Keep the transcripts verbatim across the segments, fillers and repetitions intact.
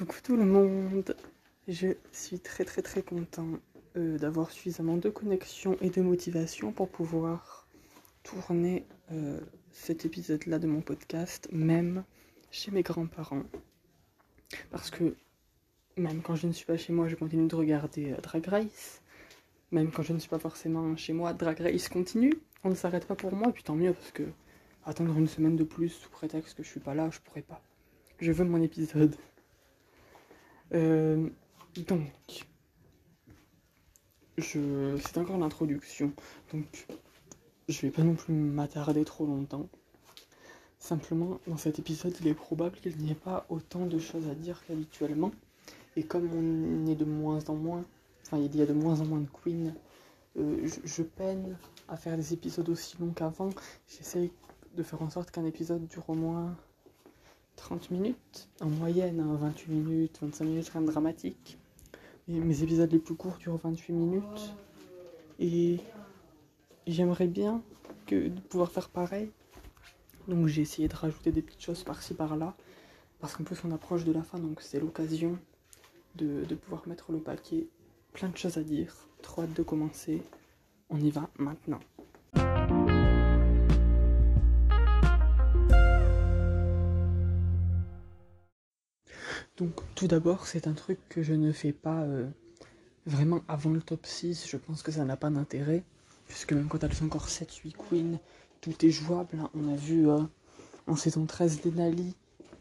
Coucou tout le monde, je suis très très très content euh, d'avoir suffisamment de connexion et de motivation pour pouvoir tourner euh, cet épisode-là de mon podcast, même chez mes grands-parents. Parce que même quand je ne suis pas chez moi, je continue de regarder euh, Drag Race. Même quand je ne suis pas forcément chez moi, Drag Race continue. On ne s'arrête pas pour moi, et puis tant mieux, parce que attendre une semaine de plus sous prétexte que je suis pas là, je pourrais pas. Je veux mon épisode. Euh, donc, je... c'est encore l'introduction, donc je vais pas non plus m'attarder trop longtemps. Simplement, dans cet épisode, il est probable qu'il n'y ait pas autant de choses à dire qu'habituellement. Et comme on est de moins en moins, enfin il y a de moins en moins de queens, euh, je, je peine à faire des épisodes aussi longs qu'avant. J'essaye de faire en sorte qu'un épisode dure au moins trente minutes, en moyenne, hein, vingt-huit minutes, vingt-cinq minutes, rien de dramatique. Et mes épisodes les plus courts durent vingt-huit minutes. Et j'aimerais bien que, de pouvoir faire pareil. Donc j'ai essayé de rajouter des petites choses par-ci par-là. Parce qu'en plus on approche de la fin, donc c'est l'occasion de, de pouvoir mettre le paquet. Plein de choses à dire. Trop hâte de commencer. On y va maintenant. Donc tout d'abord, c'est un truc que je ne fais pas euh, vraiment avant le top six. Je pense que ça n'a pas d'intérêt. Puisque même quand elles sont encore sept huit queens, tout est jouable. Hein. On a vu euh, en saison treize Denali,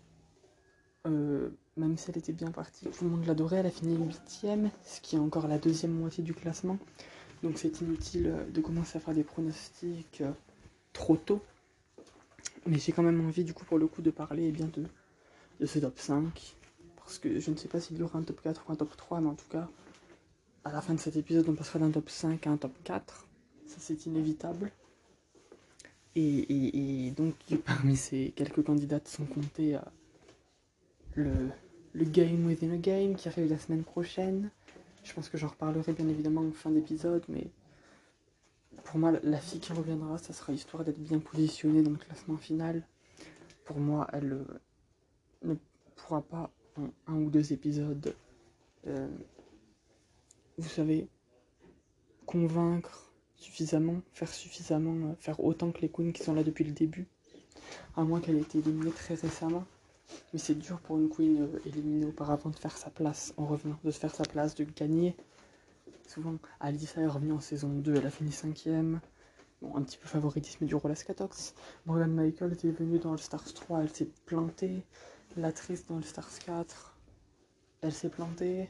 euh, même si elle était bien partie, tout le monde l'adorait. Elle a fini huitième, ce qui est encore la deuxième moitié du classement. Donc c'est inutile euh, de commencer à faire des pronostics euh, trop tôt. Mais j'ai quand même envie du coup pour le coup de parler eh bien, de, de ce top cinq. Parce que je ne sais pas s'il y aura un top quatre ou un top trois, mais en tout cas, à la fin de cet épisode, on passera d'un top cinq à un top quatre. Ça, c'est inévitable. Et, et, et donc, parmi ces quelques candidates, sans compter euh, le, le Game Within a Game qui arrive la semaine prochaine. Je pense que j'en reparlerai bien évidemment en fin d'épisode, mais pour moi, la fille qui reviendra, ça sera histoire d'être bien positionnée dans le classement final. Pour moi, elle euh, ne pourra pas, en un ou deux épisodes, euh, vous savez, convaincre suffisamment, faire suffisamment, euh, faire autant que les queens qui sont là depuis le début, à moins qu'elle ait été éliminée très récemment. Mais c'est dur pour une queen euh, éliminée auparavant de faire sa place en revenant, de se faire sa place, de gagner. Souvent, Alyssa est revenue en saison deux, elle a fini cinquième. Bon, un petit peu favoritisme du rôle à Scatox. Morgan Michael était venue dans le Stars trois, elle s'est plantée. Latrice dans le Stars quatre, elle s'est plantée.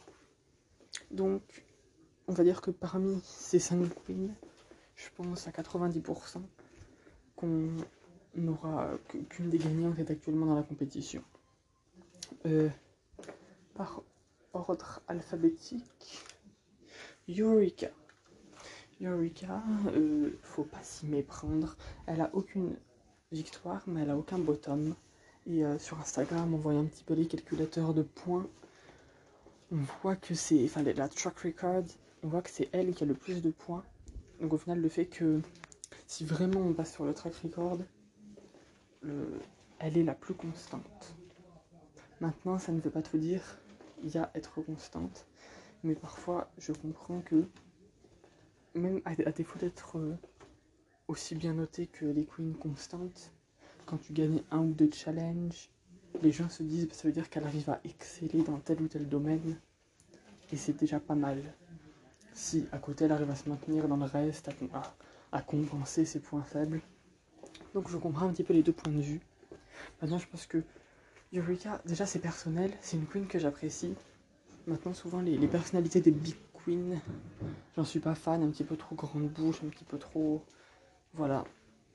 Donc, on va dire que parmi ces cinq queens, je pense à quatre-vingt-dix pour cent qu'on n'aura qu'une des gagnantes est actuellement dans la compétition. Euh, par ordre alphabétique, Eureka. Eureka, euh, faut pas s'y méprendre. Elle a aucune victoire, mais elle a aucun bottom. Et euh, sur Instagram, on voit un petit peu les calculateurs de points. On voit que c'est, enfin la track record, on voit que c'est elle qui a le plus de points. Donc au final, le fait que si vraiment on passe sur le track record, le, elle est la plus constante. Maintenant, ça ne veut pas tout dire, il y a être constante, mais parfois je comprends que même à, à défaut d'être euh, aussi bien noté que les queens constantes, quand tu gagnes un ou deux challenges, les gens se disent bah, ça veut dire qu'elle arrive à exceller dans tel ou tel domaine, et c'est déjà pas mal. Si à côté elle arrive à se maintenir dans le reste, à, à, à compenser ses points faibles. Donc je comprends un petit peu les deux points de vue. Maintenant je pense que Eureka, déjà c'est personnel, c'est une queen que j'apprécie. Maintenant souvent les, les personnalités des big queens, j'en suis pas fan, un petit peu trop grande bouche, un petit peu trop... Voilà.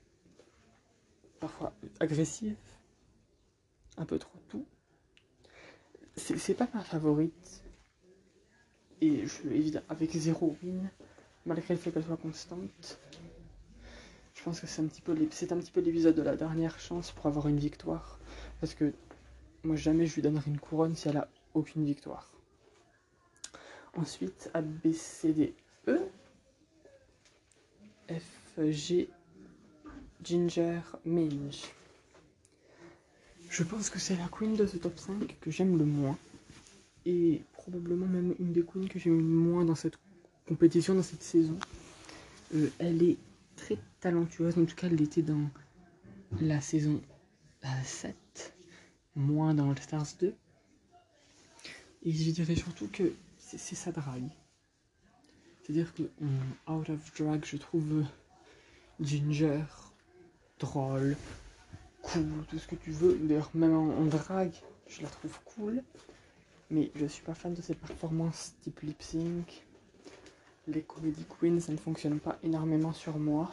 Parfois agressif, un peu trop tout. C'est, c'est pas ma favorite. Et je évidemment avec zéro win, malgré le fait qu'elle soit constante. Je pense que c'est un petit peu c'est un petit peu l'épisode de la dernière chance pour avoir une victoire. Parce que moi jamais je lui donnerai une couronne si elle a aucune victoire. Ensuite, A, B, C, D, E. F, G, Ginger, Minge. Je pense que c'est la queen de ce top cinq que j'aime le moins. et probablement même une des queens que j'ai mis moins dans cette compétition, dans cette saison. Euh, elle est très talentueuse, en tout cas elle l'était dans la saison euh, sept, moins dans All Stars deux. Et je dirais surtout que c'est, c'est sa drague. C'est-à-dire que en Out of Drag, je trouve Ginger drôle, cool, tout ce que tu veux. D'ailleurs, même en, en drague, je la trouve cool. Mais je suis pas fan de ses performances type lip sync. Les comedy queens, ça ne fonctionne pas énormément sur moi.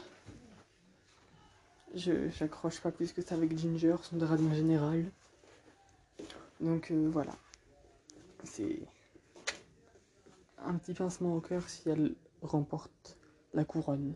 Je j'accroche pas plus que ça avec Ginger, son drag en général. Donc euh, voilà. C'est un petit pincement au cœur si elle remporte la couronne.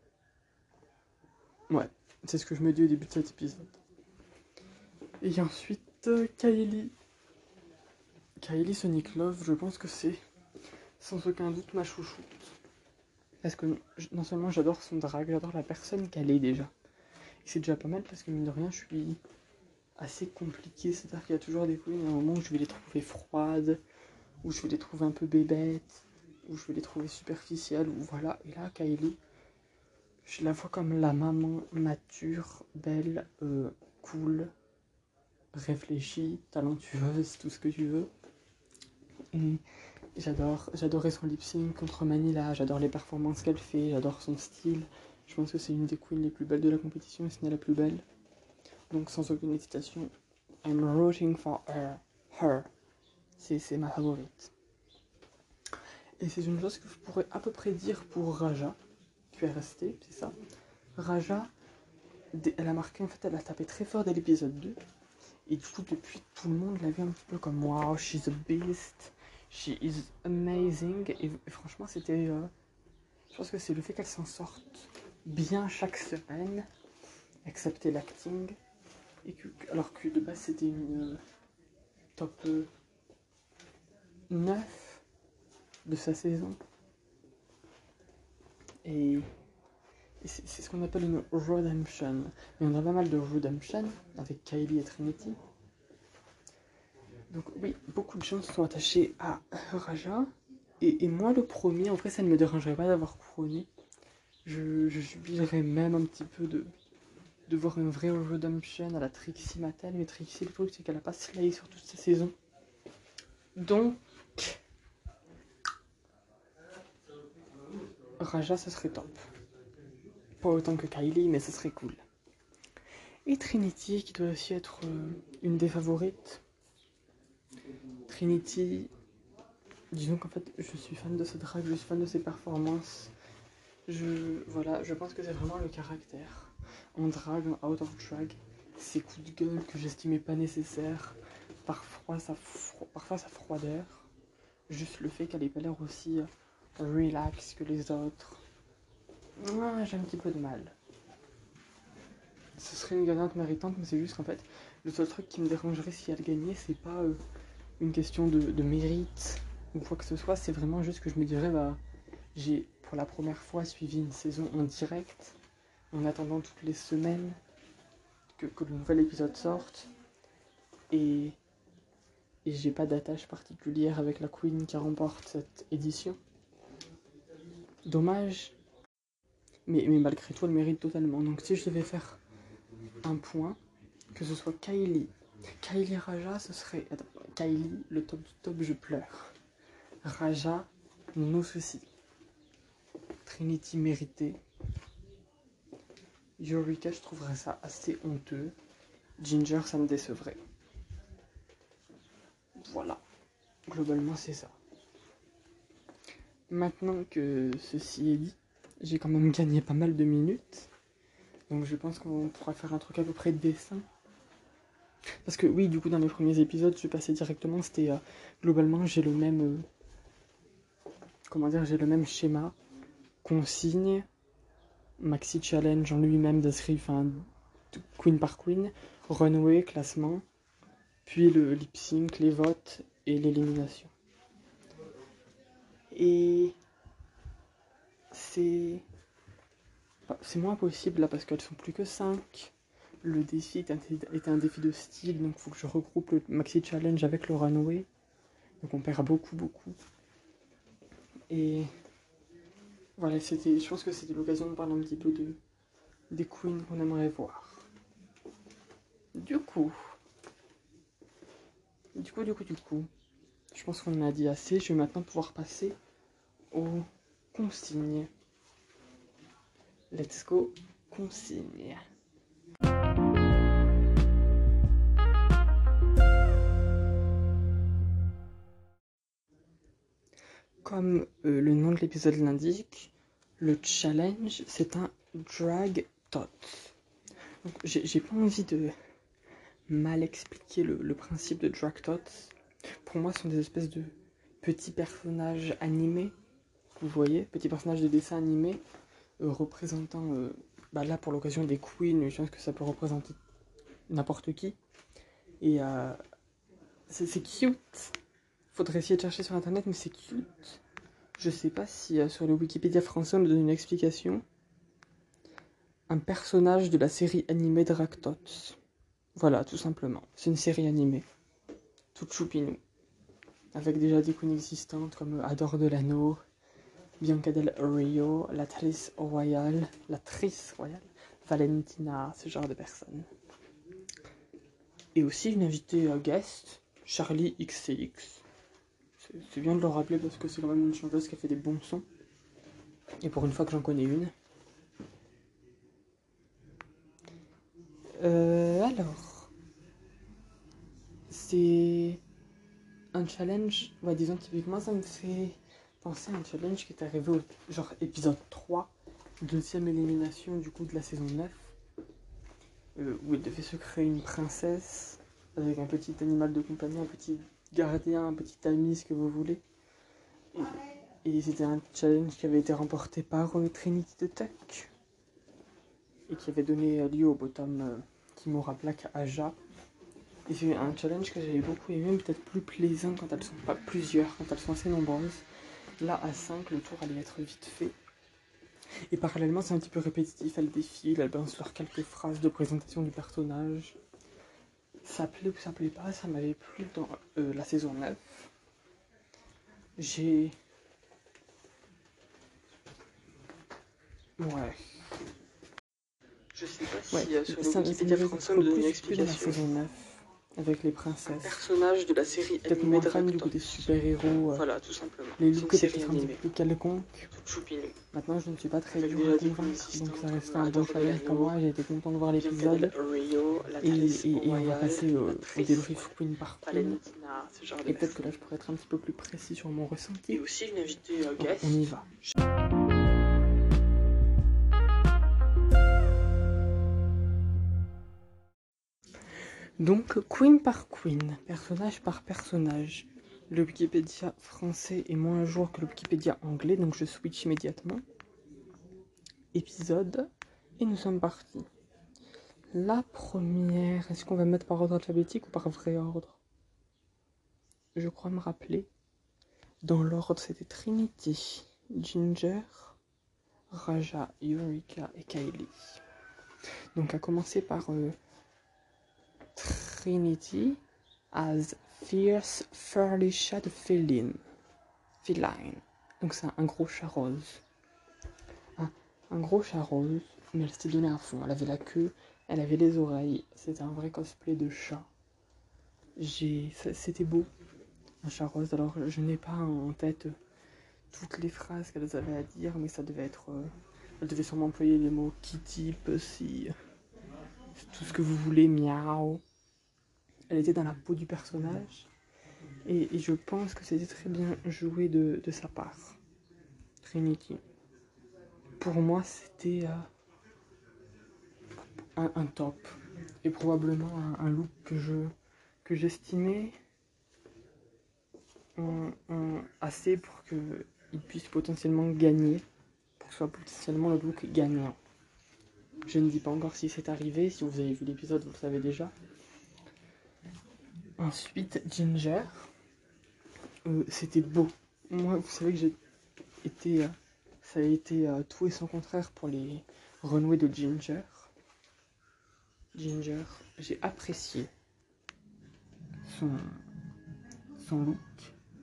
Ouais, c'est ce que je me dis au début de cet épisode. Et ensuite, euh, Kylie. Kylie Sonic Love, je pense que c'est sans aucun doute ma chouchoute. Parce que non seulement j'adore son drag, j'adore la personne qu'elle est déjà. Et c'est déjà pas mal parce que mine de rien, je suis assez compliqué. C'est-à-dire qu'il y a toujours des fois, il y a un moment où je vais les trouver froides, où je vais les trouver un peu bébêtes, où je vais les trouver superficielles, ou voilà. Et là, Kylie, je la vois comme la maman mature, belle, euh, cool, réfléchie, talentueuse, tout ce que tu veux. Et j'adore, j'adorais son lip sync contre Manila, j'adore les performances qu'elle fait, j'adore son style. Je pense que c'est une des queens les plus belles de la compétition, et ce n'est la plus belle. Donc sans aucune hésitation, I'm rooting for her. Her. C'est, c'est ma favorite. Et c'est une chose que je pourrais à peu près dire pour Raja, qui est restée, c'est ça. Raja, elle a marqué, en fait, elle a tapé très fort dès l'épisode deux. Et du coup, depuis, tout le monde l'a vu un petit peu comme wow, she's a beast, she is amazing. Et, et franchement, c'était. Euh, je pense que c'est le fait qu'elle s'en sorte bien chaque semaine, excepté l'acting. Et que, alors que de base, c'était une euh, top euh, neuf de sa saison. Et, et c'est, c'est ce qu'on appelle une redemption. Et on a pas mal de redemption avec Kylie et Trinity. Donc oui, beaucoup de gens se sont attachés à Raja. Et, et moi, le premier, en vrai, ça ne me dérangerait pas d'avoir couronné. Je, je jubilerais même un petit peu de, de voir une vraie redemption à la Trixie Mattel. Mais Trixie, le truc, c'est qu'elle n'a pas slay sur toute sa saison. Donc, Raja, ça serait top. Pas autant que Kylie, mais ça serait cool. Et Trinity, qui doit aussi être euh, une des favorites. Trinity, disons qu'en fait, je suis fan de sa drague, je suis fan de ses performances. Je, voilà, je pense que c'est vraiment le caractère. En drag, en out of drag, ces coups de gueule que j'estimais pas nécessaires, parfois sa, fro- parfois sa froideur, juste le fait qu'elle ait pas l'air aussi relax que les autres. Ah, j'ai un petit peu de mal. Ce serait une gagnante méritante, mais c'est juste qu'en fait, le seul truc qui me dérangerait si elle gagnait, c'est pas euh, une question de, de mérite ou quoi que ce soit, c'est vraiment juste que je me dirais, bah, j'ai pour la première fois suivi une saison en direct, en attendant toutes les semaines que, que le nouvel épisode sorte, et, et j'ai pas d'attache particulière avec la queen qui remporte cette édition. Dommage, mais, mais malgré tout, elle mérite totalement. Donc si je devais faire un point, que ce soit Kylie, Kylie Raja, ce serait... Attends, Kylie, le top du top, je pleure. Raja, nos soucis. Trinity mérité. Eureka, je trouverais ça assez honteux. Ginger, ça me décevrait. Voilà. Globalement, c'est ça. Maintenant que ceci est dit, j'ai quand même gagné pas mal de minutes. Donc je pense qu'on pourra faire un truc à peu près décent. Parce que oui, du coup, dans les premiers épisodes, je passais directement, c'était... Euh, globalement, j'ai le même... Euh, comment dire, j'ai le même schéma. Consigne, maxi challenge en lui-même d'inscrit, enfin, queen par queen, runway, classement, puis le lip sync, les votes et l'élimination. Et c'est c'est moins possible là parce qu'elles sont plus que cinq. Le défi est un, est un défi de style, donc il faut que je regroupe le maxi challenge avec le runway. Donc on perd beaucoup, beaucoup. Et voilà, c'était, je pense que c'était l'occasion de parler un petit peu de, des queens qu'on aimerait voir. Du coup, du coup, du coup, du coup, je pense qu'on en a dit assez. Je vais maintenant pouvoir passer aux consignes. Let's go, consignes. Comme euh, le nom de l'épisode l'indique, le challenge, c'est un drag tot. Donc, j'ai, j'ai pas envie de mal expliquer le, le principe de drag tot. Pour moi, ce sont des espèces de petits personnages animés, vous voyez, petits personnages de dessin animé, euh, représentant, euh, bah là pour l'occasion des queens, je pense que ça peut représenter n'importe qui. Et euh, c'est, c'est cute. Faudrait essayer de chercher sur internet, mais c'est cute. Je sais pas si euh, sur le Wikipédia français on me donne une explication. Un personnage de la série animée Drag Tots. Voilà, tout simplement. C'est une série animée. Toute choupinou. Avec déjà des queens existantes comme Adore Delano, Bianca Del Rio, la Trice Royale, la Trice Royale, Valentina, ce genre de personnes. Et aussi une invitée euh, guest, Charlie X C X. C'est, c'est bien de le rappeler parce que c'est quand même une chanteuse qui a fait des bons sons. Et pour une fois que j'en connais une. Euh, alors. C'est un challenge, ouais, disons typiquement ça me fait penser à un challenge qui est arrivé au genre épisode trois, deuxième élimination du coup de la saison neuf, euh, où il devait se créer une princesse avec un petit animal de compagnie, un petit gardien, un petit ami, ce que vous voulez. Et, et c'était un challenge qui avait été remporté par euh, Trinity the Tech et qui avait donné lieu au bottom euh, Kimura Black Aja. Et c'est un challenge que j'avais beaucoup aimé, peut-être plus plaisant quand elles sont pas plusieurs, quand elles sont assez nombreuses. Là, à cinq, le tour allait être vite fait. Et parallèlement, c'est un petit peu répétitif, elles défilent, elles balancent leurs quelques phrases de présentation du personnage. Ça plaît ou ça plaît pas, ça m'avait plu dans euh, la saison neuf. J'ai... Ouais. Je sais pas si ouais, euh, sur le Wikipédia français on me donne une explication. La saison neuf. Avec les princesses. Personnage de la série peut-être moins fan du coup des super-héros. Euh, voilà, tout simplement. Les looks étaient peut-être un petit peu plus quelconques. Maintenant, je ne suis pas très dur à convaincre, donc ça reste un bon challenge pour moi. J'ai été content de voir l'épisode. Et, et, et on va passer au, au débrief queen par queen. Et peut-être que là, je pourrais être un petit peu plus précis sur mon ressenti. Et aussi une invitée euh, guest. On y va. Donc, queen par queen, personnage par personnage. Le Wikipédia français est moins à jour que le Wikipédia anglais, donc je switch immédiatement. Épisode, et nous sommes partis. La première, est-ce qu'on va mettre par ordre alphabétique ou par vrai ordre? Je crois me rappeler. Dans l'ordre, c'était Trinity, Ginger, Raja, Eureka et Kylie. Donc, à commencer par euh, Trinity as fierce, furry shad feline. Feline. Donc c'est un gros chat rose. Un, un gros chat rose, mais elle s'était donnée à fond. Elle avait la queue, elle avait les oreilles. C'était un vrai cosplay de chat. J'ai, c'était beau, un chat rose. Alors je n'ai pas en tête toutes les phrases qu'elles avaient à dire, mais ça devait être... Euh, elle devait sûrement employer les mots kitty, pussy, tout ce que vous voulez, miaou. Elle était dans la peau du personnage. Et, et je pense que c'était très bien joué de, de sa part. Trinity. Pour moi, c'était euh, un, un top. Et probablement un, un look que je que j'estimais um, um, assez pour qu'il puisse potentiellement gagner. Pour que ce soit potentiellement le look gagnant. Je ne dis pas encore si c'est arrivé. Si vous avez vu l'épisode, vous le savez déjà. Ensuite, Ginger. Euh, c'était beau. Moi, vous savez que j'ai été... Euh, ça a été euh, tout et son contraire pour les renouées de Ginger. Ginger, j'ai apprécié son, son look.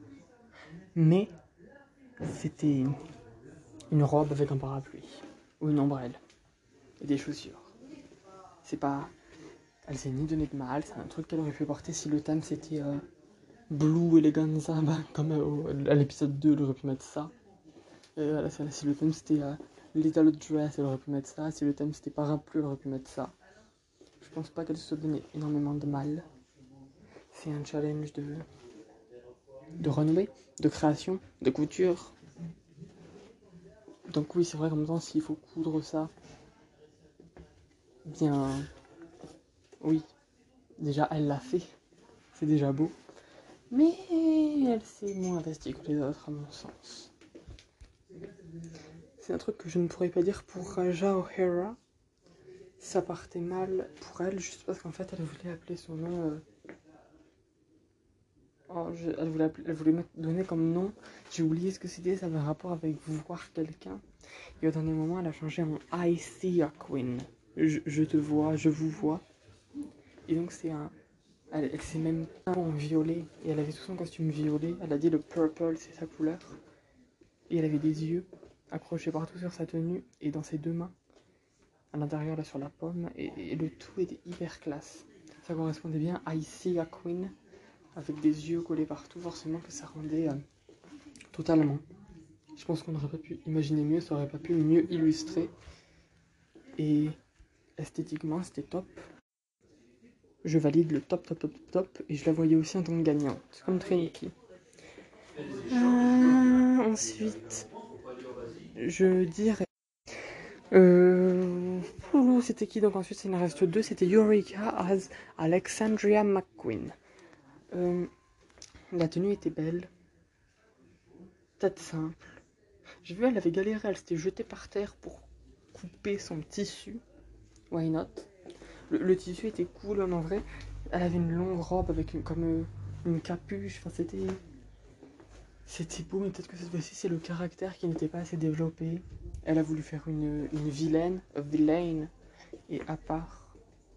Mais c'était une robe avec un parapluie ou une ombrelle et des chaussures. C'est pas... Elle s'est ni donné de mal, c'est un truc qu'elle aurait pu porter si le thème c'était euh, Blue Eleganza, bah, comme euh, à l'épisode deux, elle aurait pu mettre ça. Et voilà, si le thème c'était euh, Little Dress, elle aurait pu mettre ça. Si le thème c'était Parapluie, elle aurait pu mettre ça. Je pense pas qu'elle se soit donné énormément de mal. C'est un challenge de, de renouer, de création, de couture. Donc oui, c'est vrai qu'en même temps, s'il faut coudre ça, bien... Oui, déjà elle l'a fait, c'est déjà beau. Mais elle s'est moins investie que les autres à mon sens. C'est un truc que je ne pourrais pas dire pour Raja O'Hara. Ça partait mal pour elle, juste parce qu'en fait elle voulait appeler son nom... Euh... Oh, je... elle, voulait appeler... elle voulait me donner comme nom. J'ai oublié ce que c'était, ça avait un rapport avec voir quelqu'un. Et au dernier moment, elle a changé en I see a queen. Je, je te vois, je vous vois. Et donc c'est un... Elle, elle s'est même en violet. Et elle avait tout son costume violet. Elle a dit le purple, c'est sa couleur. Et elle avait des yeux accrochés partout sur sa tenue. Et dans ses deux mains. À l'intérieur, là, sur la pomme. Et, et le tout était hyper classe. Ça correspondait bien à I see a queen. Avec des yeux collés partout. Forcément que ça rendait euh, totalement. Je pense qu'on n'aurait pas pu imaginer mieux. Ça aurait pas pu mieux illustrer. Et... esthétiquement, c'était top. Je valide le top, top, top, top, top. Et je la voyais aussi en tant que gagnante, comme Trinity. Euh, ensuite, je dirais... Euh, c'était qui donc ensuite? Il en reste deux. C'était Eureka as Alexandria McQueen. Euh, la tenue était belle. Peut-être simple. J'ai vu, elle avait galéré. Elle s'était jetée par terre pour couper son tissu. Why not? Le, le tissu était cool en vrai. Elle avait une longue robe avec une, comme euh, une capuche. Enfin, c'était... C'était beau, mais peut-être que cette fois-ci, c'est le caractère qui n'était pas assez développé. Elle a voulu faire une, une vilaine, a villain. Et à part...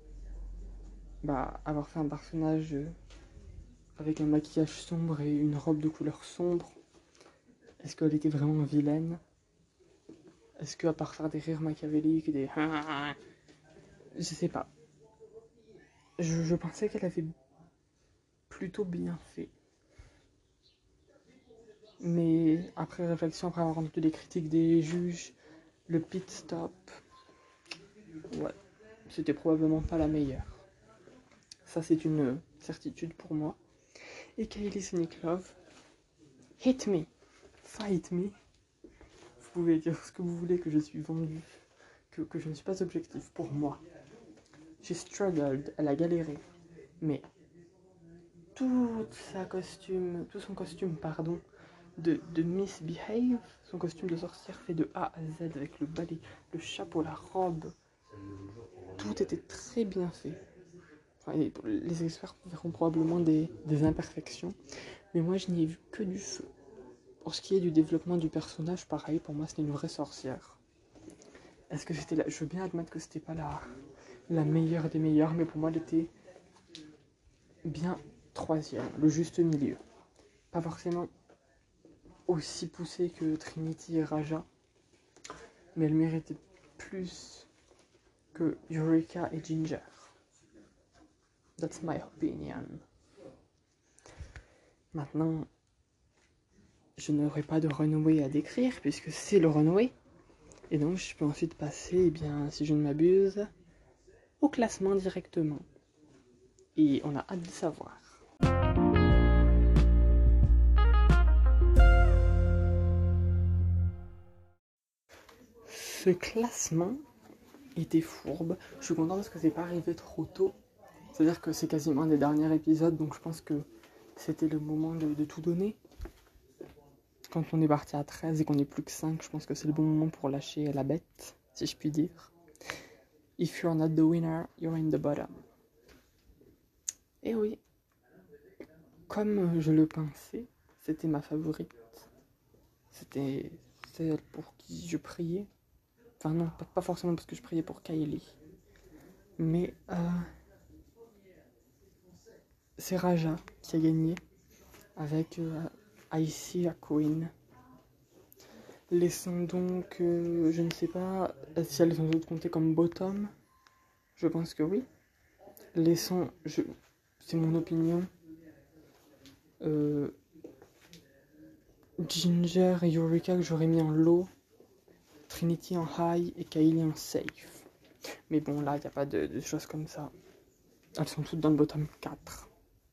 Bah, avoir fait un personnage euh, avec un maquillage sombre et une robe de couleur sombre. Est-ce qu'elle était vraiment vilaine? Est-ce qu'à part faire des rires machiavéliques, des... Je sais pas. Je, je pensais qu'elle avait plutôt bien fait. Mais après réflexion, après avoir entendu les critiques des juges, le pit stop, ouais, c'était probablement pas la meilleure. Ça, c'est une certitude pour moi. Et Kylie Sonic Love, hit me, fight me. Vous pouvez dire ce que vous voulez, que je suis vendu, que, que je ne suis pas objectif pour moi. J'ai struggled, elle a galéré, mais tout sa costume, tout son costume, pardon, de, de Misbehave, son costume de sorcière fait de A à Z avec le balai, le chapeau, la robe, tout était très bien fait. Enfin, les experts verront probablement des, des imperfections, mais moi je n'y ai vu que du feu. Pour ce qui est du développement du personnage, pareil, pour moi c'était une vraie sorcière. Est-ce que c'était la... Je veux bien admettre que c'était pas la, la meilleure des meilleures, mais pour moi elle était bien troisième, le juste milieu. Pas forcément aussi poussée que Trinity et Raja, mais elle méritait plus que Eureka et Ginger. That's my opinion. Maintenant, je n'aurai pas de runway à décrire puisque c'est le runway. Et donc je peux ensuite passer, eh bien, si je ne m'abuse, au classement directement. Et on a hâte de savoir. Ce classement était fourbe. Je suis content parce que c'est pas arrivé trop tôt. C'est-à-dire que c'est quasiment un des derniers épisodes, donc je pense que c'était le moment de, de tout donner. Quand on est parti à treize et qu'on n'est plus que cinq, je pense que c'est le bon moment pour lâcher la bête, si je puis dire. If you're not the winner, you're in the bottom. Et oui, comme je le pensais, c'était ma favorite. C'était celle pour qui je priais. Enfin non, pas, pas forcément parce que je priais pour Kylie. Mais euh, c'est Raja qui a gagné avec euh, I See a Queen. Laissons donc, euh, je ne sais pas si elles sont toutes comptées comme bottom. Je pense que oui. Laissons, je, c'est mon opinion. Euh, Ginger et Eureka que j'aurais mis en low. Trinity en high et Kylie en safe. Mais bon, là, il n'y a pas de, de choses comme ça. Elles sont toutes dans le bottom quatre.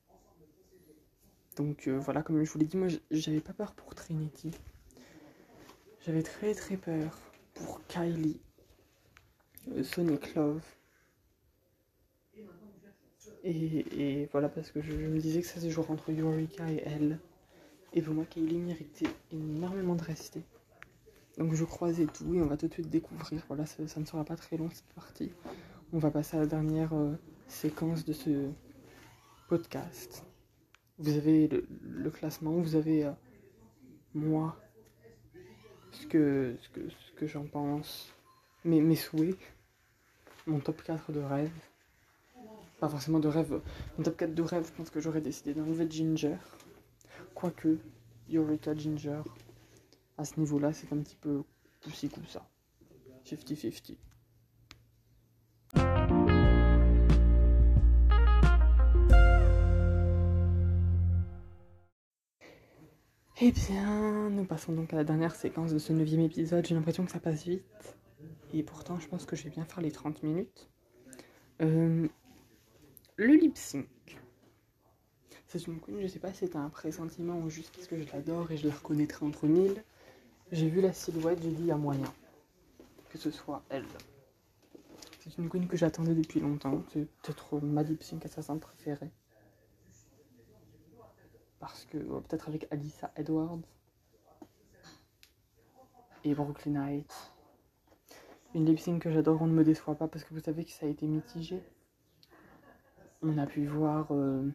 Donc euh, voilà, comme je vous l'ai dit, moi j'avais pas peur pour Trinity. J'avais très très peur pour Kylie, euh, Sonic Love. Et, et voilà, parce que je, je me disais que ça se jouerait entre Eureka et elle. Et pour moi, Kylie méritait énormément de rester. Donc je croisais tout et on va tout de suite découvrir. Voilà, ça, ça ne sera pas très long cette partie. On va passer à la dernière euh, séquence de ce podcast. Vous avez le, le classement, vous avez euh, moi, ce que, ce que, ce que j'en pense, mes, mes souhaits, mon top quatre de rêve. Pas forcément de rêve, mon top quatre de rêve, je pense que j'aurais décidé d'enlever Ginger. Quoique, Eureka Ginger, à ce niveau-là, c'est un petit peu coup-ci coup-ça. cinquante cinquante. Eh bien, nous passons donc à la dernière séquence de ce neuvième épisode. J'ai l'impression que ça passe vite. Et pourtant, je pense que je vais bien faire les trente minutes. Euh, le lip sync. C'est une queen, je sais pas si c'était un pressentiment ou juste parce que je l'adore et je la reconnaîtrai entre mille. J'ai vu la silhouette, j'ai dit il y a moyen que ce soit elle. C'est une queen que j'attendais depuis longtemps. C'est peut-être ma lip sync assassin préférée. Parce que, oh, peut-être avec Alyssa Edwards et Brooklyn Heights. Une lip sync que j'adore, on ne me déçoit pas parce que vous savez que ça a été mitigé. On a pu voir euh,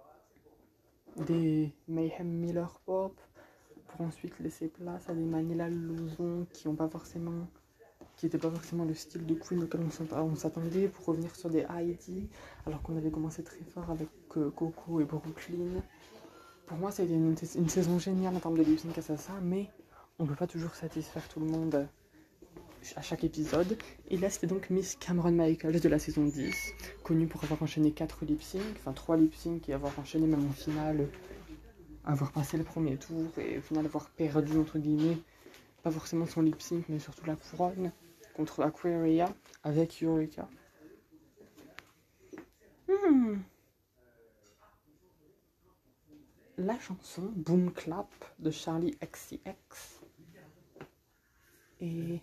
des Mayhem Miller Pop pour ensuite laisser place à des Manila Luzon qui ont pas forcément, qui n'étaient pas forcément le style de queen auquel on s'attendait, pour revenir sur des Heidi alors qu'on avait commencé très fort avec euh, Coco et Brooklyn. Pour moi, ça a été une, une saison géniale en termes de lip sync assassin, mais on ne peut pas toujours satisfaire tout le monde à chaque épisode. Et là, c'était donc Miss Cameron Michaels de la saison dix, connue pour avoir enchaîné quatre lip sync, enfin trois lip sync et avoir enchaîné même en finale, avoir passé le premier tour et au final avoir perdu, entre guillemets, pas forcément son lip sync, mais surtout la couronne, contre Aquaria avec Eureka. Hmm. La chanson Boom Clap de Charli X C X. Et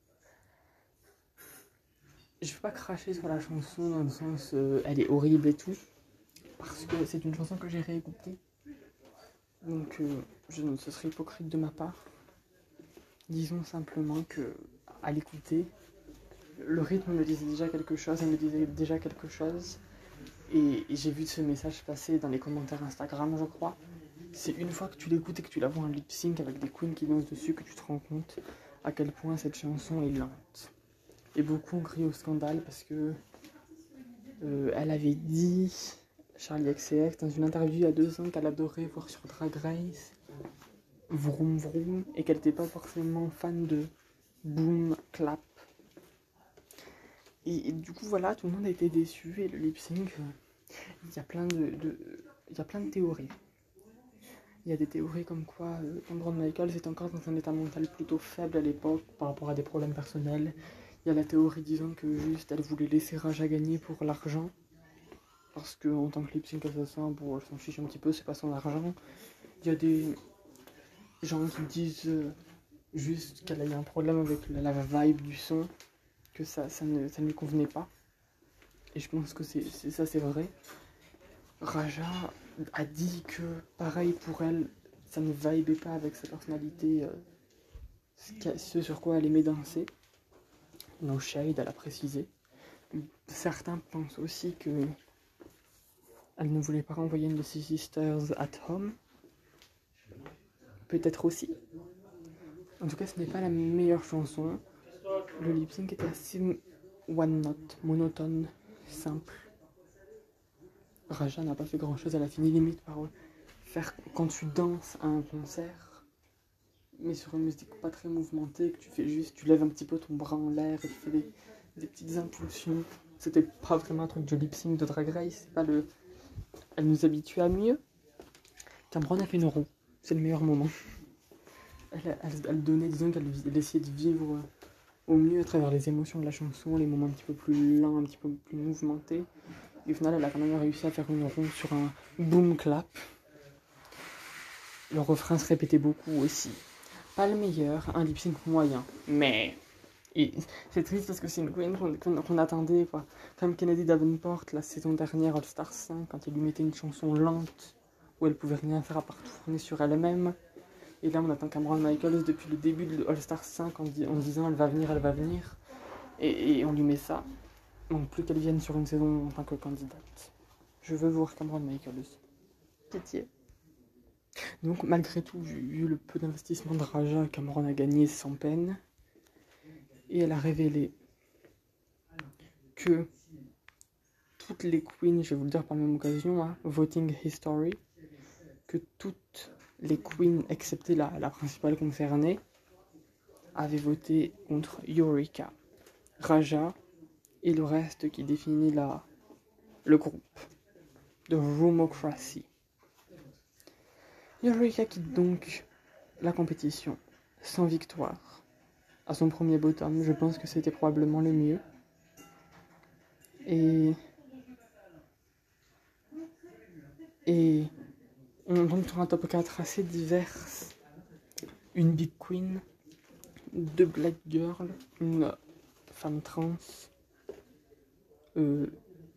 je veux pas cracher sur la chanson dans le sens euh, elle est horrible et tout, parce que c'est une chanson que j'ai réécoutée. Donc euh, je, ce serait hypocrite de ma part. Disons simplement que à l'écouter, le rythme me disait déjà quelque chose, elle me disait déjà quelque chose. Et, et j'ai vu ce message passer dans les commentaires Instagram, je crois. C'est une fois que tu l'écoutes et que tu la vois en lip sync avec des queens qui dansent dessus que tu te rends compte à quel point cette chanson est lente. Et beaucoup ont crié au scandale parce que euh, elle avait dit, Charli X C X, dans une interview il y a deux ans, qu'elle adorait voir sur Drag Race Vroom Vroom et qu'elle n'était pas forcément fan de Boom Clap. Et, et du coup voilà, tout le monde a été déçu et le lip sync, il y a plein de, de, il y a plein de théories. Il y a des théories comme quoi euh, Cameron Michaels est encore dans un état mental plutôt faible à l'époque par rapport à des problèmes personnels. Il y a la théorie disant que juste elle voulait laisser Raja gagner pour l'argent. Parce que en tant que lip sync assassin, bon, elle s'en fiche un petit peu, c'est pas son argent. Il y a des gens qui disent euh, juste qu'elle a eu un problème avec la, la vibe du son, que ça, ça, ne, ça ne lui convenait pas. Et je pense que c'est, c'est ça, c'est vrai. Raja a dit que, pareil pour elle, ça ne vibait pas avec sa personnalité, euh, ce sur quoi elle aimait danser. No shade, elle a précisé. Certains pensent aussi que elle ne voulait pas renvoyer une de ses sisters at home. Peut-être aussi. En tout cas, ce n'est pas la meilleure chanson. Le lip sync était assez one note, monotone, simple. Raja n'a pas fait grand chose, elle a fini limite par faire quand tu danses à un concert, mais sur une musique pas très mouvementée, que tu fais juste, tu lèves un petit peu ton bras en l'air et tu fais des, des petites impulsions. C'était pas vraiment un truc de lip sync de Drag Race, c'est pas le... Elle nous habitue à mieux. Cameron a fait une roue, c'est le meilleur moment. Elle, elle, elle donnait, disons qu'elle elle essayait de vivre au mieux à travers les émotions de la chanson, les moments un petit peu plus lents, un petit peu plus mouvementés. Et au final, elle a quand même réussi à faire une roue sur un boom clap. Le refrain se répétait beaucoup aussi. Pas le meilleur, un lip sync moyen, mais... Et c'est triste parce que c'est une queen qu'on, qu'on, qu'on attendait, quoi. Comme Kennedy Davenport, la saison dernière, All Star cinq, quand il lui mettait une chanson lente, où elle pouvait rien faire à part tourner sur elle-même. Et là, on attend Cameron Michaels depuis le début de All Star cinq en, di- en disant « elle va venir, elle va venir ». Et, et on lui met ça. Donc plus qu'elle vienne sur une saison en tant que candidate. Je veux voir Cameron Michaels. Pitié. Donc malgré tout, vu le peu d'investissement de Raja, Cameron a gagné sans peine. Et elle a révélé que toutes les queens, je vais vous le dire par la même occasion, hein, voting history, que toutes les queens, excepté la, la principale concernée, avaient voté contre Eureka, Raja et le reste qui définit la, le groupe de Roomocracy. Eureka quitte donc la compétition sans victoire. À son premier bottom, je pense que c'était probablement le mieux. Et... Et... On tombe sur un top quatre assez divers. Une big queen, deux black girls, une femme trans, euh,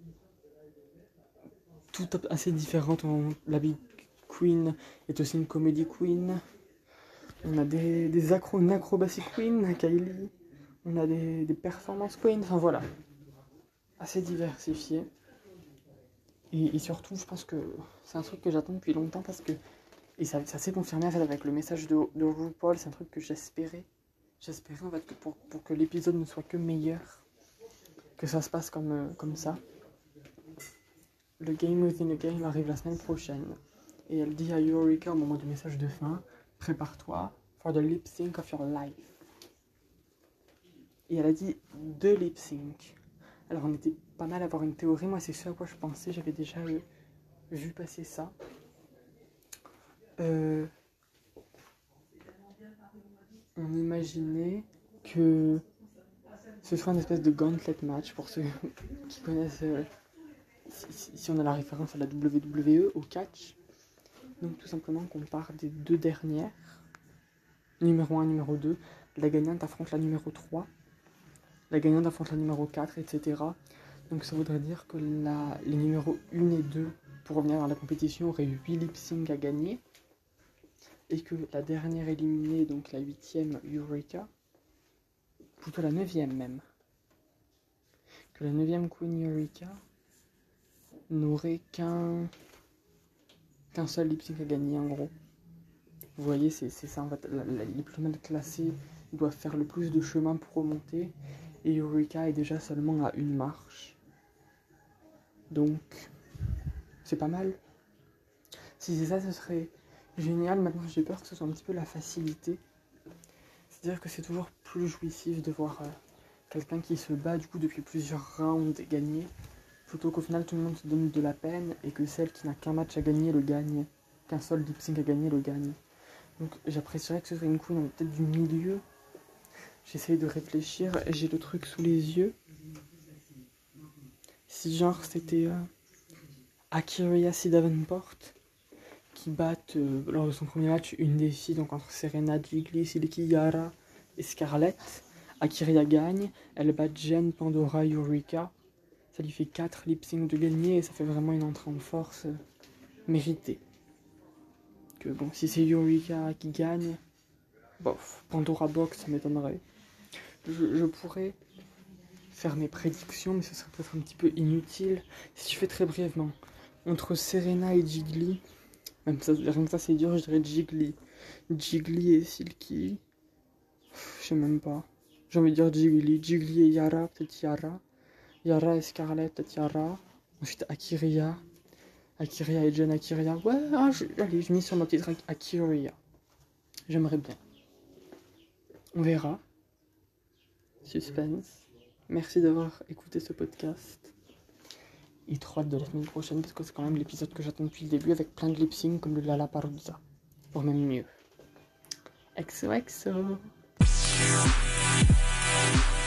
tout assez différente. La big queen est aussi une comedy queen. On a des, des acro, une acrobatie queen, Kylie. On a des, des performance queens. Enfin voilà, assez diversifié. Et, et surtout, je pense que c'est un truc que j'attends depuis longtemps parce que... Et ça, ça s'est confirmé en fait avec le message de, de RuPaul, c'est un truc que j'espérais. J'espérais en fait que pour, pour que l'épisode ne soit que meilleur, que ça se passe comme, euh, comme ça. Le Game Within a Game arrive la semaine prochaine. Et elle dit à Eureka au moment du message de fin, prépare-toi for the lip sync of your life. Et elle a dit deux lip sync. Alors on était pas mal à avoir une théorie, moi c'est ce à quoi je pensais, j'avais déjà euh, vu passer ça. Euh, on imaginait que ce soit une espèce de gauntlet match pour ceux qui connaissent, euh, si, si on a la référence à la W W E, au catch. Donc tout simplement qu'on part des deux dernières, numéro un, numéro deux, la gagnante affronte la numéro trois, la gagnante affronte la numéro quatre, et cetera. Donc ça voudrait dire que la, les numéros un et deux, pour revenir dans la compétition, auraient huit lip sync à gagner. Et que la dernière éliminée, donc la huitième, Eureka, plutôt la neuvième même, que la neuvième Queen Eureka n'aurait qu'un qu'un seul lip sync à gagner en gros. Vous voyez, c'est ça en fait, la, la, les plus mal classés doivent faire le plus de chemin pour remonter, et Eureka est déjà seulement à une marche. Donc, c'est pas mal. Si c'est ça, ce serait génial. Maintenant, j'ai peur que ce soit un petit peu la facilité. C'est-à-dire que c'est toujours plus jouissif de voir euh, quelqu'un qui se bat du coup depuis plusieurs rounds et gagner, plutôt qu'au final tout le monde se donne de la peine et que celle qui n'a qu'un match à gagner le gagne, qu'un seul lip sync à gagner le gagne. Donc j'apprécierais que ce soit une queen peut-être du milieu. J'essaye de réfléchir, j'ai le truc sous les yeux. Si genre c'était euh, A'keria C. Davenport qui batte euh, lors de son premier match une des filles, donc entre Serena, Jiggly, Silky, Yara et Scarlett. A'keria gagne, elle bat Jen, Pandora, Eureka. Ça lui fait quatre lip sync de gagner et ça fait vraiment une entrée en force euh, méritée. Que bon, si c'est Eureka qui gagne, bof, Pandora Box, ça m'étonnerait. Je, je pourrais faire mes prédictions, mais ce serait peut-être un petit peu inutile. Si je fais très brièvement, entre Serena et Jiggly, même ça, rien que ça c'est dur, je dirais Jiggly. Jiggly et Silky, je sais même pas. J'ai envie de dire Jiggly. Jiggly et Yara, peut-être Yara. Yara et Scarlett, peut-être Yara. Ensuite A'keria. Akiria et Jen Akiria. Ouais, ah, je, allez, je mise sur ma petite Akiria. J'aimerais bien. On verra. Suspense. Merci d'avoir écouté ce podcast. Et trop hâte de la semaine prochaine parce que c'est quand même l'épisode que j'attends depuis le début avec plein de lip sync comme le Lollapalooza. Pour même mieux. X O X O.